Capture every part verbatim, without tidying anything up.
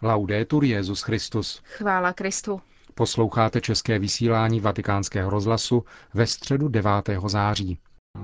Laudetur Jesus Christus. Chvála Kristu. Posloucháte české vysílání Vatikánského rozhlasu ve středu devátého září.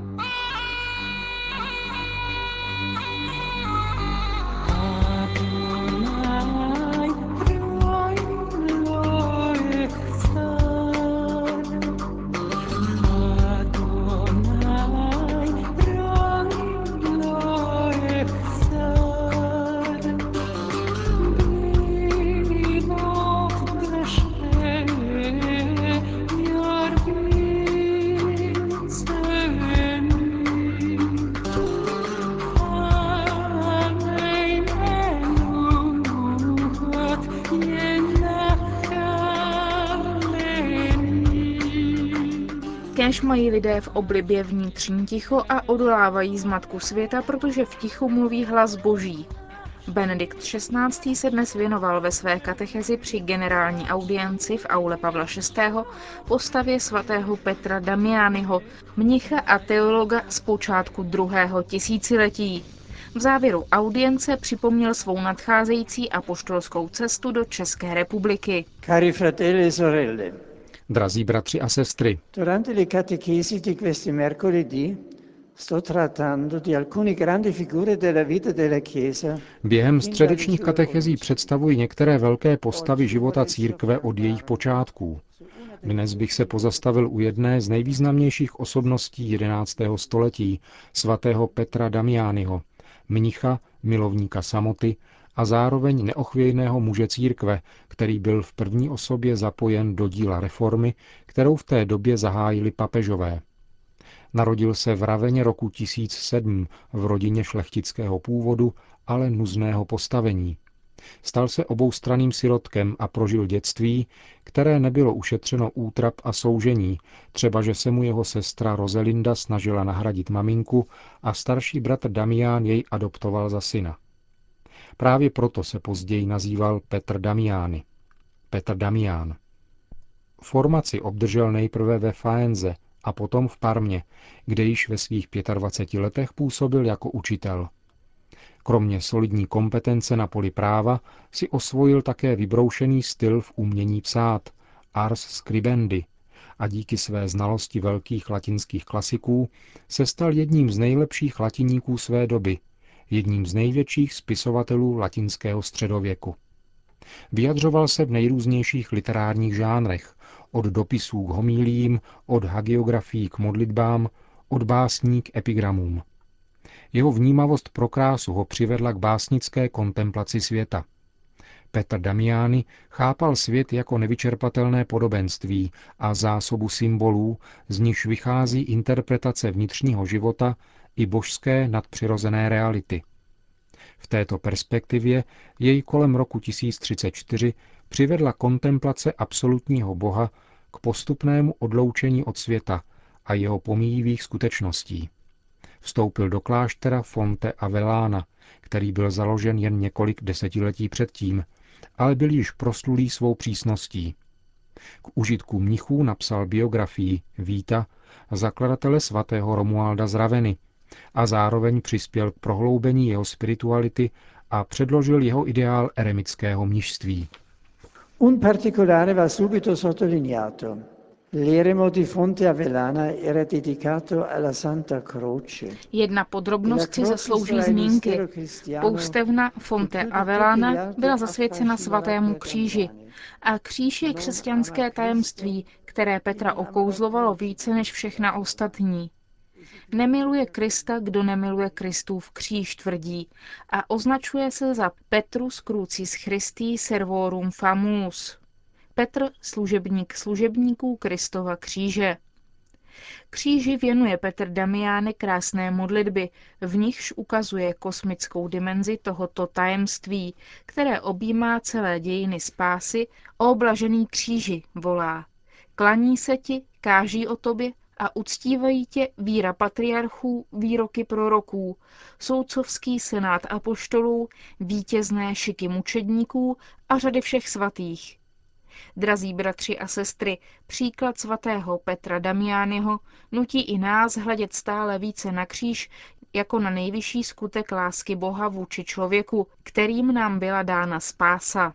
Kéž mají lidé v oblibě vnitřní ticho a odolávají zmatku světa, protože v tichu mluví hlas Boží. Benedikt šestnáctý. se dnes věnoval ve své katechezi při generální audienci v aule Pavla šestého. postavě svatého Petra Damianiho, mnicha a teologa z počátku druhého tisíciletí. V závěru audience připomněl svou nadcházející apoštolskou cestu do České republiky. Cari fratelli e sorelle, Drazí bratři a sestry, durante le catechesi di questi mercoledì sto trattando di alcune grandi figure della vita della Chiesa. během středečních katechezí představuji některé velké postavy života církve od jejich počátků. Dnes bych se pozastavil u jedné z nejvýznamnějších osobností jedenáctého století, svatého Petra Damianiho, mnicha, milovníka samoty a zároveň neochvějného muže církve, který byl v první osobě zapojen do díla reformy, kterou v té době zahájili papežové. Narodil se v Raveně roku tisíc sedm v rodině šlechtického původu, ale nuzného postavení. Stal se oboustranným sirotkem a prožil dětství, které nebylo ušetřeno útrap a soužení, třeba že se mu jeho sestra Roselinda snažila nahradit maminku a starší bratr Damián jej adoptoval za syna. Právě proto se později nazýval Petr Damiani. Petr Damián. Formaci obdržel nejprve ve Faenze a potom v Parmě, kde již ve svých dvaceti pěti letech působil jako učitel. Kromě solidní kompetence na poli práva si osvojil také vybroušený styl v umění psát, ars scribendi, a díky své znalosti velkých latinských klasiků se stal jedním z nejlepších latiníků své doby, jedním z největších spisovatelů latinského středověku. Vyjadřoval se v nejrůznějších literárních žánrech, od dopisů k homíliím, od hagiografií k modlitbám, od básní k epigramům. Jeho vnímavost pro krásu ho přivedla k básnické kontemplaci světa. Petr Damiani chápal svět jako nevyčerpatelné podobenství a zásobu symbolů, z nichž vychází interpretace vnitřního života i božské nadpřirozené reality. V této perspektivě jej kolem roku tisíc třicet čtyři přivedla kontemplace absolutního Boha k postupnému odloučení od světa a jeho pomíjivých skutečností. Vstoupil do kláštera Fonte Avellana, který byl založen jen několik desetiletí předtím, ale byl již proslulý svou přísností. K užitku mnichů napsal biografii Víta, zakladatele svatého Romualda z Raveny, a zároveň přispěl k prohloubení jeho spirituality a předložil jeho ideál eremického mnišství. Un particolare va subito sottolineato. L'eremo di Fonte Avellana era dedicato alla Santa Croce. Jedna podrobnost si zaslouží zmínky. Poustevna Fonte Avellana byla zasvěcena svatému kříži. A kříž je křesťanské tajemství, které Petra okouzlovalo více než všechna ostatní. Nemiluje Krista, kdo nemiluje Kristův kříž, tvrdí, a označuje se za Petrus crucis Christi servorum famus. Petr, služebník služebníků Kristova kříže. Kříži věnuje Petr Damiani krásné modlitby, v nichž ukazuje kosmickou dimenzi tohoto tajemství, které objímá celé dějiny spásy. O blažený kříži, volá. Klaní se ti, káží o tobě a uctívají tě víra patriarchů, výroky proroků, soudcovský senát apoštolů, vítězné šiky mučedníků a řady všech svatých. Drazí bratři a sestry, příklad svatého Petra Damianiho nutí i nás hledět stále více na kříž jako na nejvyšší skutek lásky Boha vůči člověku, kterým nám byla dána spása.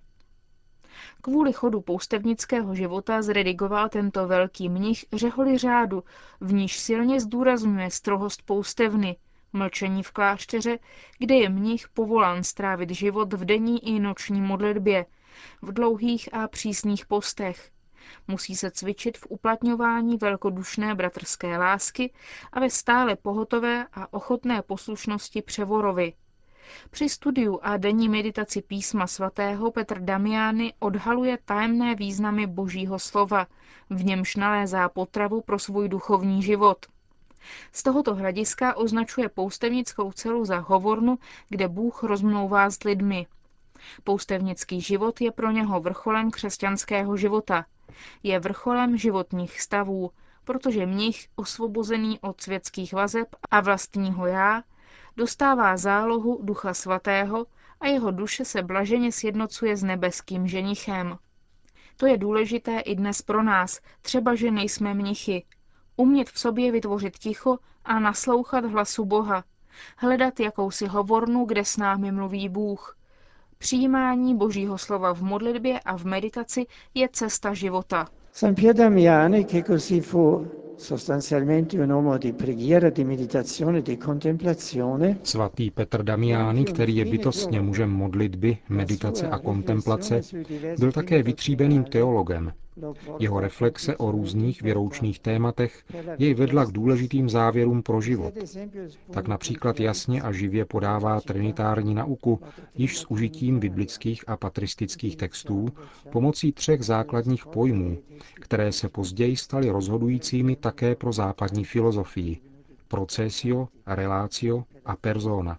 Kvůli chodu poustevnického života zredigoval tento velký mnich řeholi řádu, v níž silně zdůrazňuje strohost poustevny, mlčení v klášteře, kde je mnich povolán strávit život v denní i noční modlitbě, v dlouhých a přísných postech. Musí se cvičit v uplatňování velkodušné bratrské lásky a ve stále pohotové a ochotné poslušnosti převorovi. Při studiu a denní meditaci písma svatého Petr Damiani odhaluje tajemné významy Božího slova, v němž nalézá potravu pro svůj duchovní život. Z tohoto hlediska označuje poustevnickou celu za hovornu, kde Bůh rozmlouvá s lidmi. Poustevnický život je pro něho vrcholem křesťanského života. Je vrcholem životních stavů, protože mnich, osvobozený od světských vazeb a vlastního já, dostává zálohu Ducha Svatého a jeho duše se blaženě sjednocuje s nebeským ženichem. To je důležité i dnes pro nás, třeba že nejsme mnichy. Umět v sobě vytvořit ticho a naslouchat hlasu Boha. Hledat jakousi hovornu, kde s námi mluví Bůh. Přijímání Božího slova v modlitbě a v meditaci je cesta života. San Pier Damiani, che così fu sostanzialmente un uomo di preghiera, di meditazione, di contemplazione. Svatý Petr Damiani, který je bytostně mužem modlitby, meditace a kontemplace, byl také vytříbeným teologem. Jeho reflexe o různých věroučných tématech jej vedla k důležitým závěrům pro život. Tak například jasně a živě podává trinitární nauku, již s užitím biblických a patristických textů, pomocí třech základních pojmů, které se později staly rozhodujícími také pro západní filozofii: procesio, relatio a persona.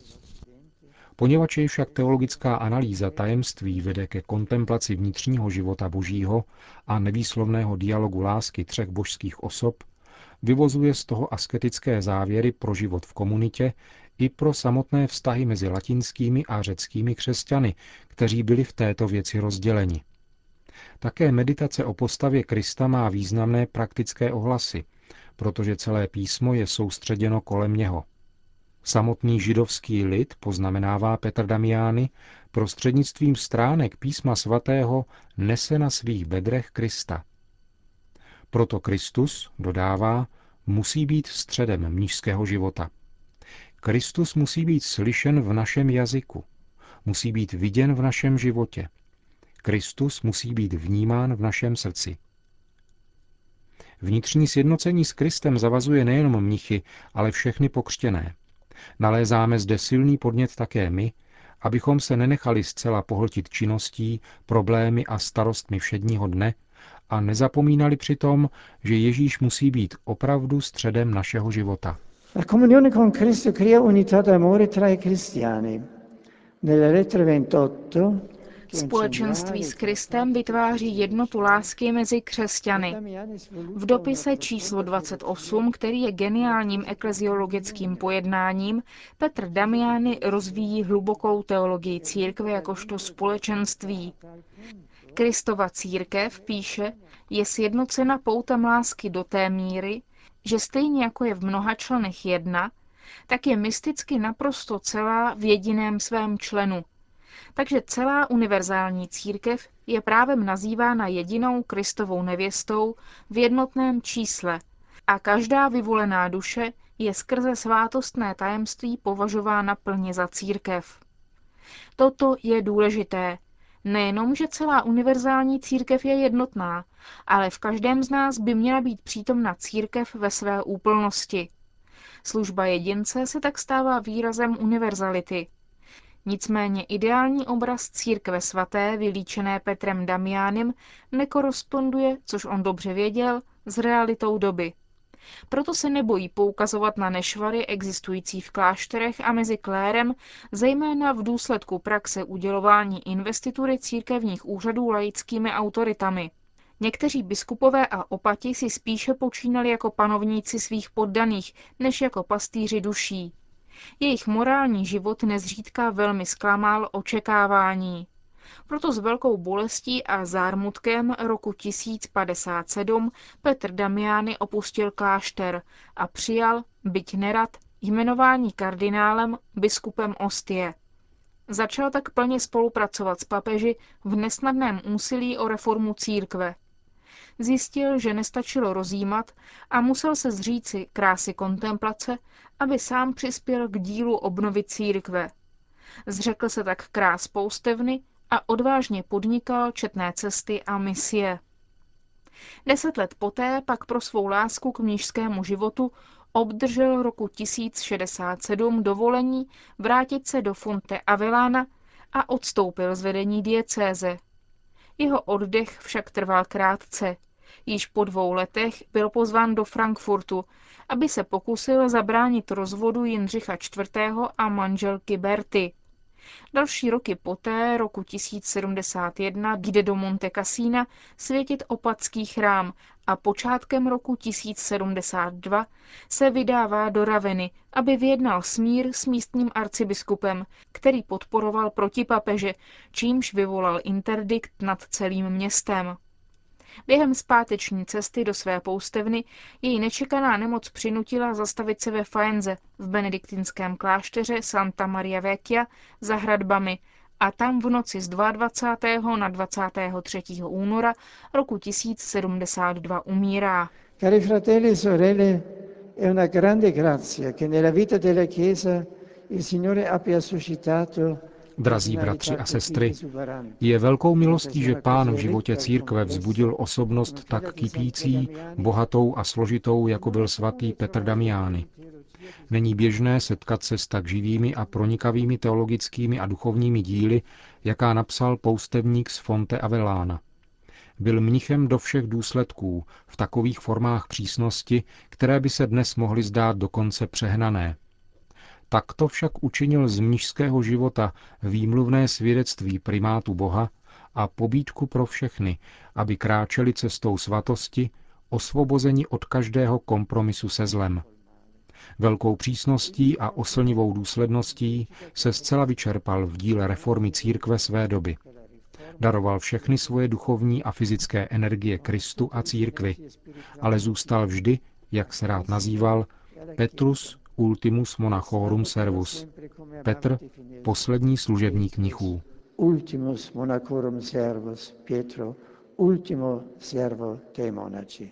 Poněvadž je však teologická analýza tajemství vede ke kontemplaci vnitřního života Božího a nevýslovného dialogu lásky třech božských osob, vyvozuje z toho asketické závěry pro život v komunitě i pro samotné vztahy mezi latinskými a řeckými křesťany, kteří byli v této věci rozděleni. Také meditace o postavě Krista má významné praktické ohlasy, protože celé písmo je soustředěno kolem něho. Samotný židovský lid, poznamenává Petr Damiani, prostřednictvím stránek písma svatého nese na svých bedrech Krista. Proto Kristus, dodává, musí být středem mnišského života. Kristus musí být slyšen v našem jazyku, musí být viděn v našem životě. Kristus musí být vnímán v našem srdci. Vnitřní sjednocení s Kristem zavazuje nejenom mnichy, ale všechny pokřtěné. Nalézáme zde silný podnět také my, abychom se nenechali zcela pohltit činností, problémy a starostmi všedního dne a nezapomínali přitom, že Ježíš musí být opravdu středem našeho života. La comunione con Cristo crea unità d'amore tra i cristiani. Nella lettera ventotto Společenství s Kristem vytváří jednotu lásky mezi křesťany. V dopise číslo dvacet osm, který je geniálním ekleziologickým pojednáním, Petr Damiani rozvíjí hlubokou teologii církve jakožto společenství. Kristova církev, píše, je sjednocena poutem lásky do té míry, že stejně jako je v mnoha členech jedna, tak je mysticky naprosto celá v jediném svém členu. Takže celá univerzální církev je právem nazývána jedinou Kristovou nevěstou v jednotném čísle a každá vyvolená duše je skrze svátostné tajemství považována plně za církev. Toto je důležité. Nejenom, že celá univerzální církev je jednotná, ale v každém z nás by měla být přítomna církev ve své úplnosti. Služba jedince se tak stává výrazem univerzality. Nicméně ideální obraz církve svaté, vylíčené Petrem Damianem, nekoresponduje, což on dobře věděl, s realitou doby. Proto se nebojí poukazovat na nešvary existující v klášterech a mezi klérem, zejména v důsledku praxe udělování investitury církevních úřadů laickými autoritami. Někteří biskupové a opati si spíše počínali jako panovníci svých poddaných, než jako pastýři duší. Jejich morální život nezřídka velmi zklamal očekávání. Proto s velkou bolestí a zármutkem roku tisíc padesát sedm Petr Damiani opustil klášter a přijal, byť nerad, jmenování kardinálem, biskupem Ostie. Začal tak plně spolupracovat s papeži v nesnadném úsilí o reformu církve. Zjistil, že nestačilo rozjímat a musel se zříci krásy kontemplace, aby sám přispěl k dílu obnovy církve. Zřekl se tak krás poustevny a odvážně podnikal četné cesty a misie. Deset let poté pak pro svou lásku k mnišskému životu obdržel roku tisíc šedesát sedm dovolení vrátit se do Fonte Avellana a odstoupil z vedení diecéze. Jeho oddech však trval krátce. Již po dvou letech byl pozván do Frankfurtu, aby se pokusil zabránit rozvodu Jindřicha čtvrtého a manželky Berty. Další roky poté, roku tisíc sedmdesát jedna, jde do Monte Cassina světit opatský chrám a počátkem roku tisíc sedmdesát dva se vydává do Raveny, aby vyjednal smír s místním arcibiskupem, který podporoval protipapeže, čímž vyvolal interdikt nad celým městem. Během zpáteční cesty do své poustevny její nečekaná nemoc přinutila zastavit se ve Faenze v benediktinském klášteře Santa Maria Vecchia za hradbami a tam v noci z dvacátého druhého na dvacátého třetího února roku tisíc sedmdesát dva umírá. Cari fratelli e sorelle, è una grande grazia che nella vita della Chiesa il Signore abbia suscitato. Drazí bratři a sestry, je velkou milostí, že Pán v životě církve vzbudil osobnost tak kypící, bohatou a složitou, jako byl svatý Petr Damiani. Není běžné setkat se s tak živými a pronikavými teologickými a duchovními díly, jaká napsal poustevník z Fonte Avellana. Byl mnichem do všech důsledků, v takových formách přísnosti, které by se dnes mohly zdát dokonce přehnané. Takto však učinil z mnišského života výmluvné svědectví primátu Boha a pobídku pro všechny, aby kráčeli cestou svatosti, osvobozeni od každého kompromisu se zlem. Velkou přísností a oslnivou důsledností se zcela vyčerpal v díle reformy církve své doby. Daroval všechny svoje duchovní a fyzické energie Kristu a církvi, ale zůstal vždy, jak se rád nazýval, Petrus ultimus monachorum servus. Petr, poslední služebník mnichů. Ultimus monachorum servus, Pietro, ultimo servo dei monaci.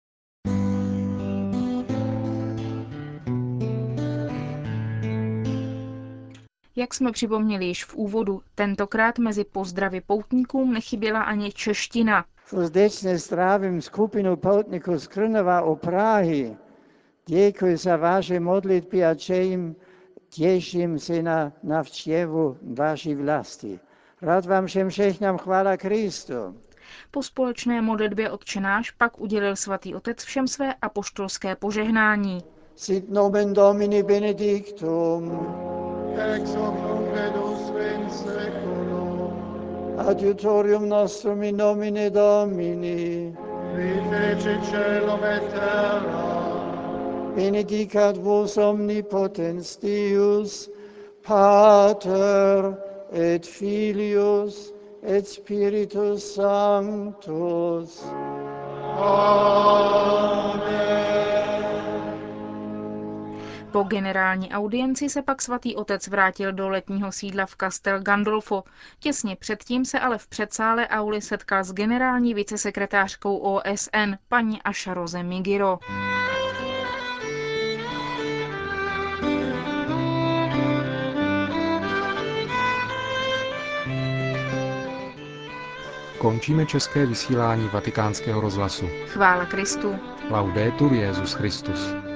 Jak jsme připomněli již v úvodu, tentokrát mezi pozdravy poutníkům nechyběla ani čeština. Vzdečně zdravím skupinu poutníků z Krnova o Prahy. Děkuji za vaše modlitby a čím těším se na návštěvu vaší vlasti. Rád vám všem všechnám chvála Kristu. Po společné modlitbě Otčenáš pak udělil svatý otec všem své apoštolské požehnání. Sit nomen Domini benedictum. Ex hoc nunc et usque in seculum. Adiutorium nostrum in nomine Domini. Qui fecit caelum et terra. Benedicat vos omnipotens Deus, Pater et Filius et Spiritus Sanctus. Amen. Po generální audienci se pak svatý otec vrátil do letního sídla v Castel Gandolfo. Těsně předtím se ale v předsále auly setkal s generální vicesekretářkou O S N, paní Asha Rose Migiro. Končíme české vysílání Vatikánského rozhlasu. Chvála Kristu. Laudetur Jesus Christus.